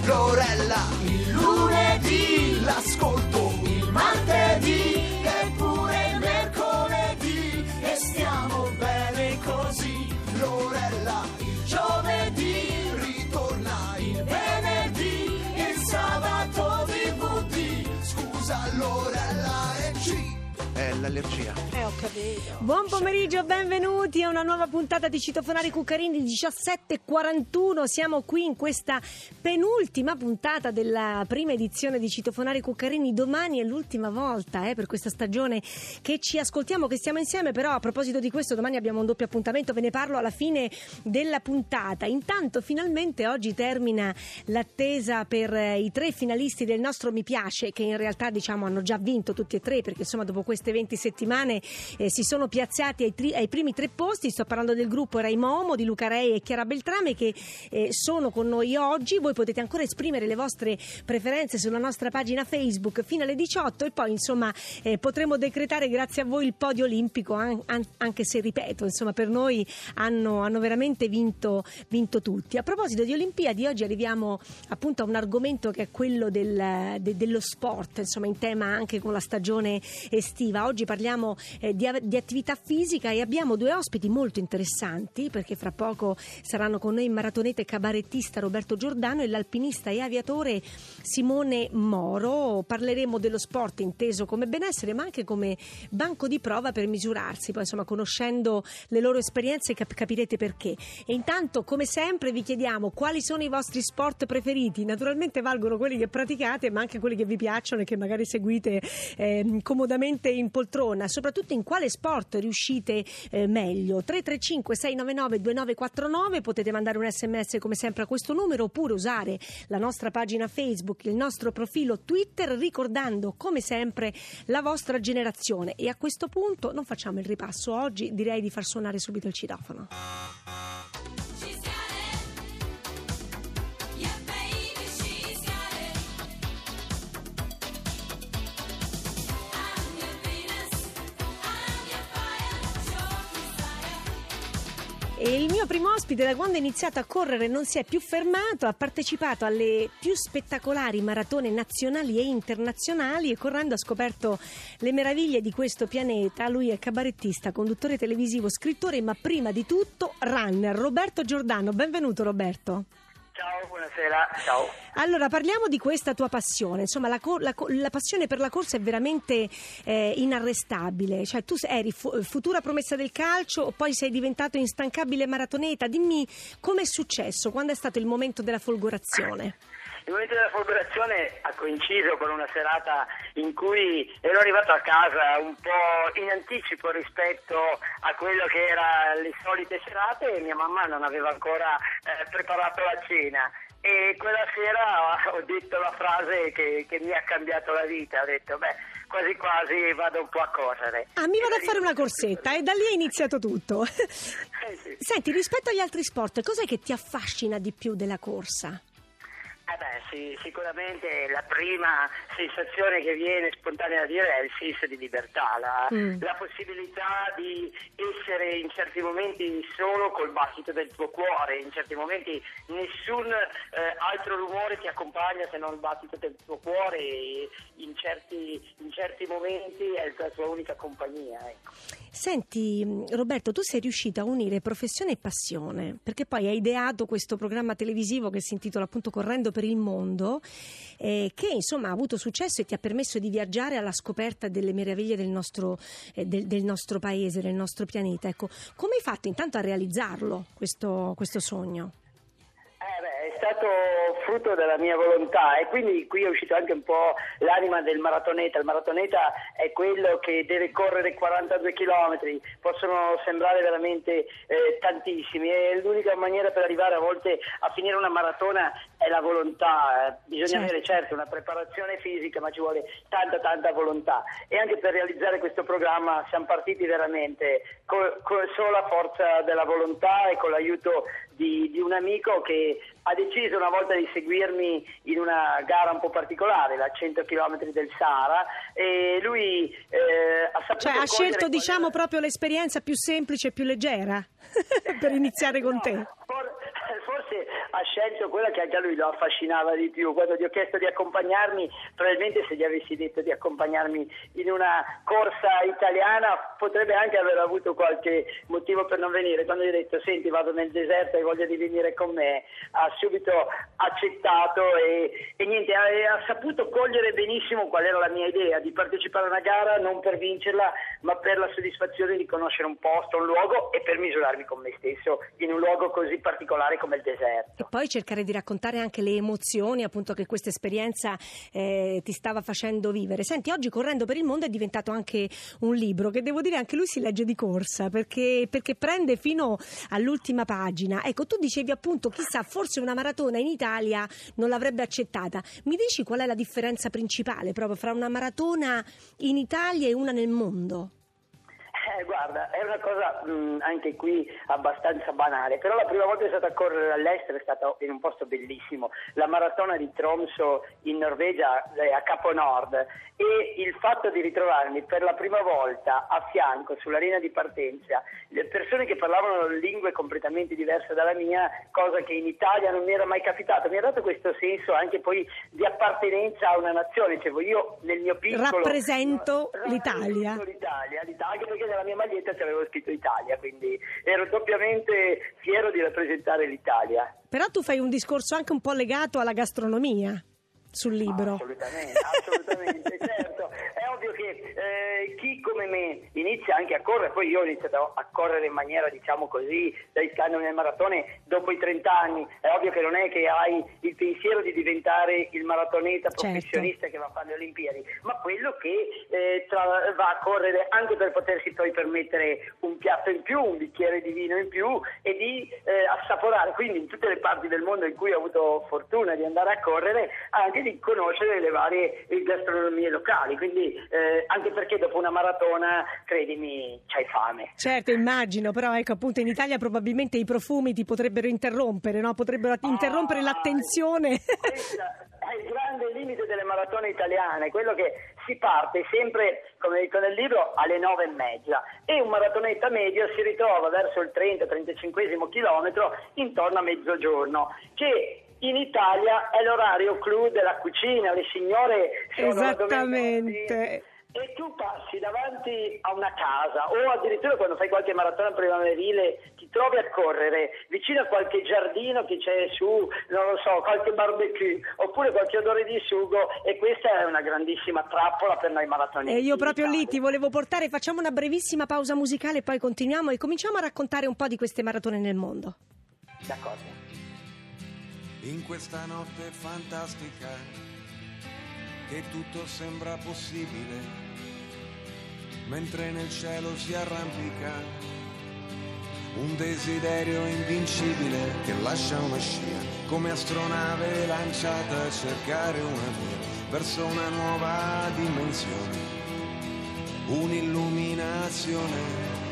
Lorella, il lunedì l'ascolto, il martedì e pure il mercoledì, e stiamo bene così. Lorella, il giovedì ritorna il venerdì, il sabato DVD. Scusa Lorella, e ci è l'allergia. Ho capito. Buon pomeriggio, benvenuti a una nuova puntata di Citofonari Cuccarini 17:41. Siamo qui in questa penultima puntata della prima edizione di Citofonari Cuccarini. Domani è l'ultima volta per questa stagione che ci ascoltiamo, che stiamo insieme. Però a proposito di questo, domani abbiamo un doppio appuntamento, ve ne parlo alla fine della puntata. Intanto finalmente oggi termina l'attesa per i 3 finalisti del nostro Mi Piace, che in realtà hanno già vinto tutti e 3, perché insomma dopo queste 20 settimane si sono piazzati ai primi 3 posti. Sto parlando del gruppo Rai Momo, di Luca Rei e Chiara Beltrame, che sono con noi oggi. Voi potete ancora esprimere le vostre preferenze sulla nostra pagina Facebook fino alle 18, e poi insomma potremo decretare grazie a voi il podio olimpico, anche se, ripeto, insomma per noi hanno veramente vinto tutti. A proposito di Olimpiadi, oggi arriviamo appunto a un argomento che è quello dello sport, insomma in tema anche con la stagione estiva. Oggi parliamo di attività fisica e abbiamo 2 ospiti molto interessanti, perché fra poco saranno con noi il maratoneta e cabarettista Roberto Giordano e l'alpinista e aviatore Simone Moro. Parleremo dello sport inteso come benessere, ma anche come banco di prova per misurarsi. Poi insomma, conoscendo le loro esperienze capirete perché. E intanto, come sempre, vi chiediamo quali sono i vostri sport preferiti. Naturalmente valgono quelli che praticate, ma anche quelli che vi piacciono e che magari seguite comodamente in poltrona. Soprattutto in quale sport riuscite meglio. 335 699 2949. Potete mandare un SMS come sempre a questo numero, oppure usare la nostra pagina Facebook, il nostro profilo Twitter, ricordando come sempre la vostra generazione. E a questo punto non facciamo il ripasso oggi, direi di far suonare subito il citofono. E il mio primo ospite, da quando ha iniziato a correre non si è più fermato, ha partecipato alle più spettacolari maratone nazionali e internazionali, e correndo ha scoperto le meraviglie di questo pianeta. Lui è cabarettista, conduttore televisivo, scrittore, ma prima di tutto runner. Roberto Giordano, benvenuto Roberto. Ciao, buonasera, ciao. Allora, parliamo di questa tua passione. Insomma, la passione per la corsa è veramente inarrestabile. Cioè, tu eri futura promessa del calcio, poi sei diventato instancabile maratoneta. Dimmi com'è successo, quando è stato il momento della folgorazione? Il momento della folgorazione ha coinciso con una serata in cui ero arrivato a casa un po' in anticipo rispetto a quello che erano le solite serate, e mia mamma non aveva ancora preparato la cena. E quella sera ho detto la frase che mi ha cambiato la vita. Ho detto, quasi quasi vado un po' a correre. Mi vado a fare una corsetta, e da lì è iniziato tutto. Sì. Senti, rispetto agli altri sport, cos'è che ti affascina di più della corsa? Sì, sicuramente la prima sensazione che viene spontanea da dire è il senso di libertà, la possibilità di essere in certi momenti solo col battito del tuo cuore, in certi momenti nessun altro rumore ti accompagna se non il battito del tuo cuore, e in certi momenti è la tua unica compagnia, ecco. Senti Roberto, tu sei riuscito a unire professione e passione, perché poi hai ideato questo programma televisivo che si intitola appunto Correndo per il mondo, che insomma ha avuto successo e ti ha permesso di viaggiare alla scoperta delle meraviglie del nostro paese, del nostro pianeta. Ecco, come hai fatto intanto a realizzarlo questo sogno? È stato frutto della mia volontà, e quindi qui è uscito anche un po' l'anima del maratoneta. Il maratoneta è quello che deve correre 42 chilometri, possono sembrare veramente tantissimi, e l'unica maniera per arrivare a volte a finire una maratona è la volontà. Bisogna avere certo una preparazione fisica, ma ci vuole tanta volontà, e anche per realizzare questo programma siamo partiti veramente con sola forza della volontà e con l'aiuto di un amico che ha deciso una volta di seguirmi in una gara un po' particolare, la 100 km del Sahara, e lui ha saputo, cioè ha scelto proprio l'esperienza più semplice e più leggera per iniziare con te. Forse ha scelto quella che anche a lui lo affascinava di più. Quando gli ho chiesto di accompagnarmi, probabilmente se gli avessi detto di accompagnarmi in una corsa italiana potrebbe anche aver avuto qualche motivo per non venire. Quando gli ho detto senti, vado nel deserto e voglio di venire con me, ha subito accettato e niente, ha saputo cogliere benissimo qual era la mia idea, di partecipare a una gara non per vincerla ma per la soddisfazione di conoscere un posto, un luogo e per misurarmi con me stesso in un luogo così particolare come il deserto. E poi cercare di raccontare anche le emozioni appunto che questa esperienza ti stava facendo vivere. Senti, oggi Correndo per il mondo è diventato anche un libro che devo dire anche lui si legge di corsa perché prende fino all'ultima pagina. Ecco, tu dicevi appunto chissà, forse una maratona in Italia non l'avrebbe accettata. Mi dici qual è la differenza principale proprio fra una maratona in Italia e una nel mondo? Guarda, è una cosa anche qui abbastanza banale, però la prima volta che sono stato a correre all'estero è stato in un posto bellissimo, la maratona di Tromsø in Norvegia, a Capo Nord, e il fatto di ritrovarmi per la prima volta a fianco sulla linea di partenza le persone che parlavano lingue completamente diverse dalla mia, cosa che in Italia non mi era mai capitato, mi ha dato questo senso anche poi di appartenenza a una nazione, cioè io nel mio piccolo rappresento l'Italia, anche perché nella mia maglietta c'avevo scritto Italia, quindi ero doppiamente fiero di rappresentare l'Italia. Però tu fai un discorso anche un po' legato alla gastronomia sul libro. Assolutamente, certo. È ovvio che chi come me inizia anche a correre, poi io ho iniziato a correre in maniera diciamo così, dai canoni del maratone dopo i 30 anni, è ovvio che non è che hai il pensiero di diventare il maratoneta professionista che va a fare le Olimpiadi, ma quello che va a correre anche per potersi poi permettere un piatto in più, un bicchiere di vino in più e di assaporare, quindi in tutte le parti del mondo in cui ho avuto fortuna di andare a correre, anche di conoscere le varie gastronomie locali, quindi anche perché dopo una maratona, credimi, c'hai fame. Certo, immagino, però ecco appunto in Italia probabilmente i profumi ti potrebbero interrompere, no? Potrebbero interrompere l'attenzione. Questo è il grande limite delle maratone italiane, quello che si parte sempre, come dico nel libro, alle 9:30 e un maratoneta medio si ritrova verso il 30-35 chilometro intorno a mezzogiorno, che in Italia è l'orario clou della cucina, le signore sono esattamente. E tu passi davanti a una casa o addirittura quando fai qualche maratona primaverile ti trovi a correre vicino a qualche giardino che c'è su, non lo so, qualche barbecue oppure qualche odore di sugo, e questa è una grandissima trappola per noi maratonisti. E io proprio lì ti volevo portare, facciamo una brevissima pausa musicale e poi continuiamo e cominciamo a raccontare un po' di queste maratone nel mondo. D'accordo. In questa notte fantastica che tutto sembra possibile, mentre nel cielo si arrampica un desiderio invincibile che lascia una scia come astronave lanciata a cercare una via verso una nuova dimensione, un'illuminazione.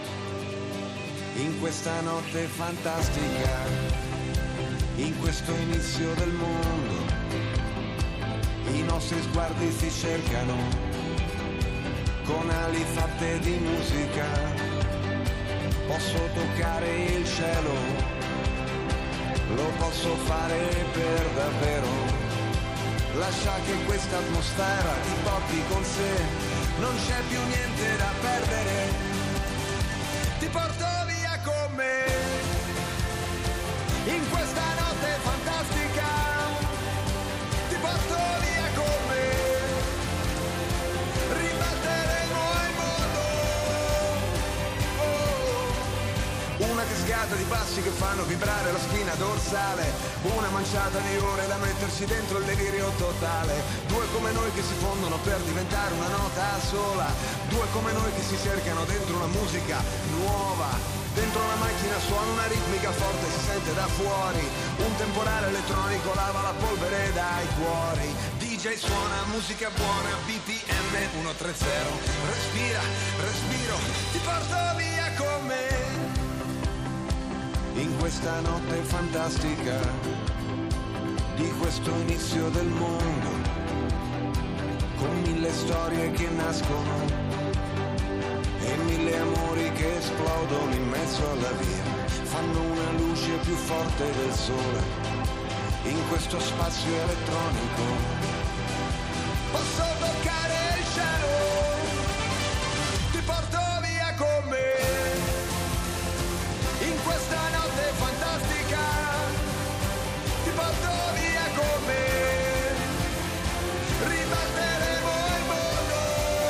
In questa notte fantastica, in questo inizio del mondo, i nostri sguardi si cercano con ali fatte di musica. Posso toccare il cielo, lo posso fare per davvero. Lascia che questa atmosfera ti porti con sé, non c'è più niente da perdere. Ti porto via con me in questa notte fantastica, ti porto via con me, ribatteremo il mondo. Una cascata di passi che fanno vibrare la spina dorsale, una manciata di ore da mettersi dentro il delirio totale. Due come noi che si fondono per diventare una nota sola, due come noi che si cercano dentro una musica nuova. Dentro una macchina suona una ritmica forte, si sente da fuori. Un temporale elettronico lava la polvere dai cuori. DJ suona musica buona, BPM 130. Respira, respiro, ti porto via con me. In questa notte fantastica di questo inizio del mondo, con mille storie che nascono e mille amori che esplodono in mezzo alla via, fanno una luce più forte del sole in questo spazio elettronico. Posso toccare il cielo, ti porto via con me, in questa notte fantastica, ti porto via con me, ribalteremo il mondo.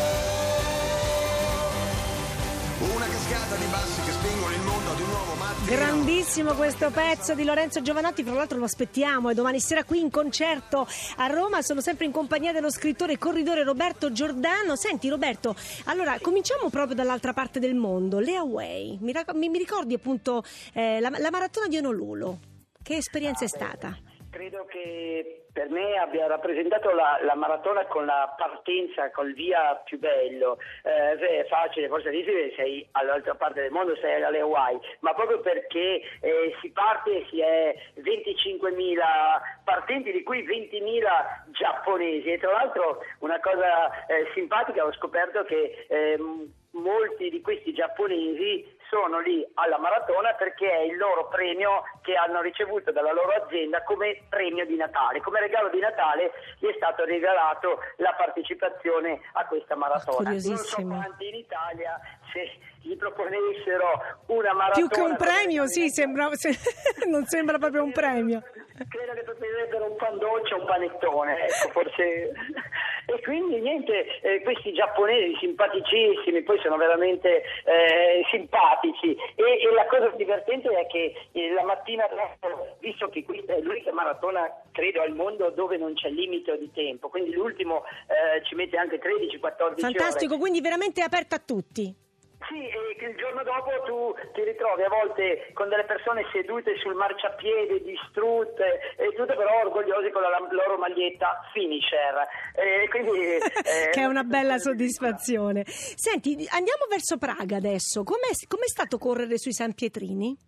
Una cascata di bassi che spingono il mondo ad un nuovo mattino. Grandissimo questo pezzo di Lorenzo Giovanotti, fra l'altro lo aspettiamo domani sera qui in concerto a Roma. Sono sempre in compagnia dello scrittore e corridore Roberto Giordano. Senti Roberto, allora cominciamo proprio dall'altra parte del mondo, le Hawaii. Mi ricordi appunto la maratona di Honolulu? Che esperienza è stata? Credo che per me abbia rappresentato la maratona con la partenza, col via più bello. È facile forse dire sei all'altra parte del mondo, sei alle Hawaii, ma proprio perché si parte e si è 25.000 partenti, di cui 20.000 giapponesi. E tra l'altro una cosa simpatica, ho scoperto che molti di questi giapponesi sono lì alla maratona perché è il loro premio che hanno ricevuto dalla loro azienda come premio di Natale. Come regalo di Natale gli è stato regalato la partecipazione a questa maratona. Non so quanti in Italia, se gli proponessero una maratona... Più che un premio, sì, non sembra proprio un premio. Credo che preferirebbero un pan dolce o un panettone, ecco, forse... E quindi niente, questi giapponesi simpaticissimi, poi sono veramente simpatici, e la cosa divertente è che la mattina, visto che questa è l'unica maratona credo al mondo dove non c'è limite di tempo, quindi l'ultimo ci mette anche 13-14 Fantastico, ore. quindi veramente aperta a tutti. Sì, e il giorno dopo tu ti ritrovi a volte con delle persone sedute sul marciapiede, distrutte e tutte però orgogliose con la loro maglietta finisher. Quindi, che è una bella soddisfazione. Senti, andiamo verso Praga adesso. Com'è stato correre sui San Pietrini?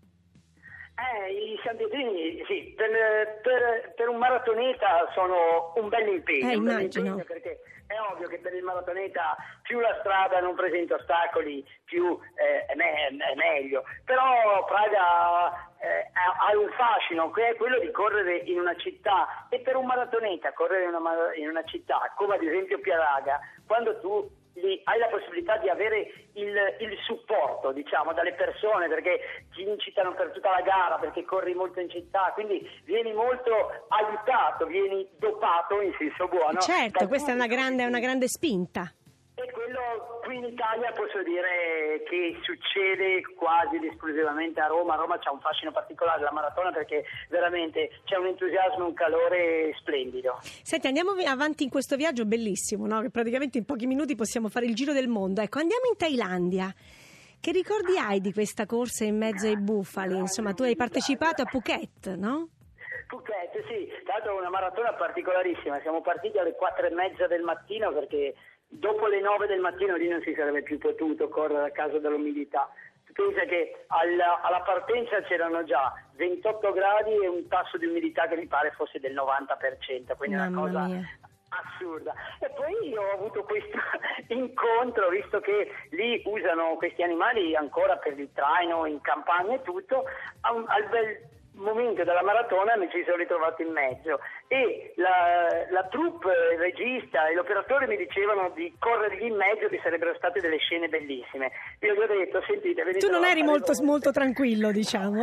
I San Pietrini, sì, per un maratoneta sono un bel impegno. Immagino. Perché è ovvio che per il maratoneta più la strada non presenta ostacoli, più è meglio. Però Praga ha un fascino, che è quello di correre in una città, e per un maratoneta correre in una città, come ad esempio Praga, quando tu hai la possibilità di avere il supporto, diciamo, dalle persone, perché ti incitano per tutta la gara, perché corri molto in città, quindi vieni molto aiutato, vieni dopato in senso buono. Certo, questa è una grande spinta. E quello qui in Italia posso dire che succede quasi esclusivamente a Roma. Roma c'ha un fascino particolare la maratona perché veramente c'è un entusiasmo, un calore splendido. Senti, andiamo avanti in questo viaggio bellissimo, no? Che praticamente in pochi minuti possiamo fare il giro del mondo. Ecco, andiamo in Thailandia. Che ricordi hai di questa corsa in mezzo ai bufali? Insomma, tu hai partecipato a Phuket, no? Phuket, sì, è stata una maratona particolarissima. Siamo partiti alle 4:30 del mattino perché dopo le 9 del mattino lì non si sarebbe più potuto correre a causa dell'umidità. Pensa che alla partenza c'erano già 28 gradi e un tasso di umidità che mi pare fosse del 90%, quindi è una cosa assurda. E poi io ho avuto questo incontro, visto che lì usano questi animali ancora per il traino in campagna e tutto, al bel momento della maratona mi ci sono ritrovato in mezzo e la troupe, il regista e l'operatore mi dicevano di corrergli in mezzo, che sarebbero state delle scene bellissime. Io gli ho detto, sentite, tu non eri molto tranquillo, diciamo.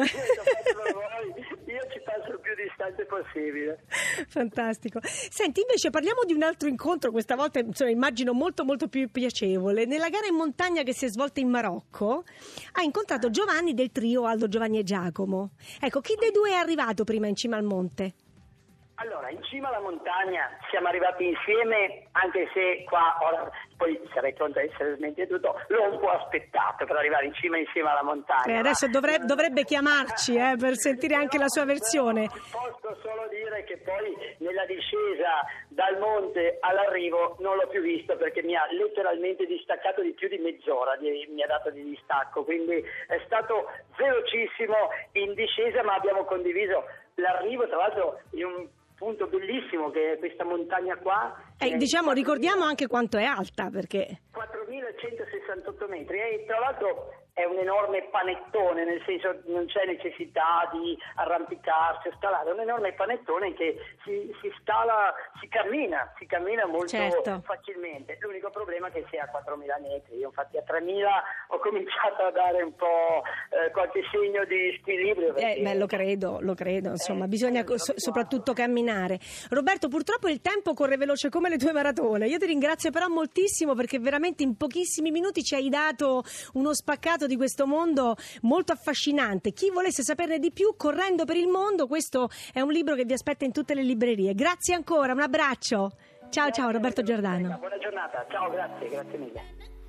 Io ci passo il più distante possibile. Fantastico. Senti, invece parliamo di un altro incontro, questa volta insomma, immagino molto più piacevole. Nella gara in montagna che si è svolta in Marocco hai incontrato Giovanni del trio Aldo, Giovanni e Giacomo. Ecco, chi dei due è arrivato prima in cima al monte? Allora, in cima alla montagna siamo arrivati insieme, anche se qua, ora, poi sarei pronto a essere smentito, l'ho un po' aspettato per arrivare in cima insieme alla montagna. Adesso dovrebbe chiamarci per sentire anche la sua versione. Posso solo dire che poi nella discesa dal monte all'arrivo non l'ho più visto perché mi ha letteralmente distaccato di più di mezz'ora, mi ha dato di distacco, quindi è stato velocissimo in discesa, ma abbiamo condiviso l'arrivo, tra l'altro in un punto bellissimo che è questa montagna qua, Diciamo, ricordiamo anche quanto è alta, perché 4.168 metri e tra l'altro è un enorme panettone, nel senso non c'è necessità di arrampicarsi o scalare, è un enorme panettone che si scala, si cammina molto facilmente. L'unico problema è che sia a 4.000 metri, io infatti a 3.000 ho cominciato a dare un po' qualche segno di squilibrio. Lo credo, insomma, bisogna soprattutto camminare. Roberto, purtroppo il tempo corre veloce come le tue maratone, io ti ringrazio però moltissimo perché veramente in pochissimi minuti ci hai dato uno spaccato di questo mondo molto affascinante. Chi volesse saperne di più, Correndo per il mondo, questo è un libro che vi aspetta in tutte le librerie. Grazie ancora, un abbraccio. Ciao Roberto Giordano. Buona giornata, ciao, grazie mille.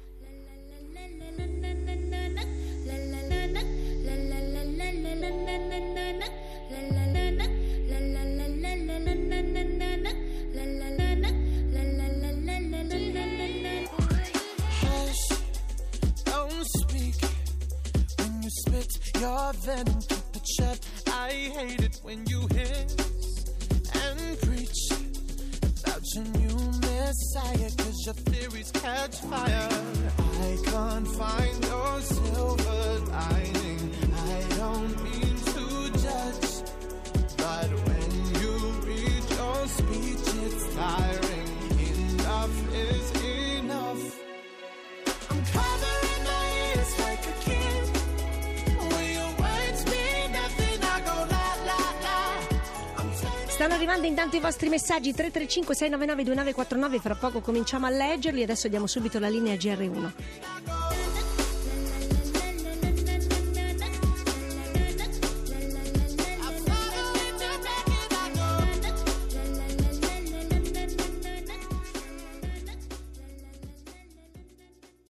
Your venom, keep it shut. I hate it when you hiss and preach about your new messiah, 'cause your theories catch fire. I can't find your silver lining. I don't mean to judge, but when you read your speech, it's tiring. Enough is enough. I'm covering my ears like a kid. Stanno arrivando intanto i vostri messaggi 335 699 2949, fra poco cominciamo a leggerli, adesso diamo subito la linea GR1.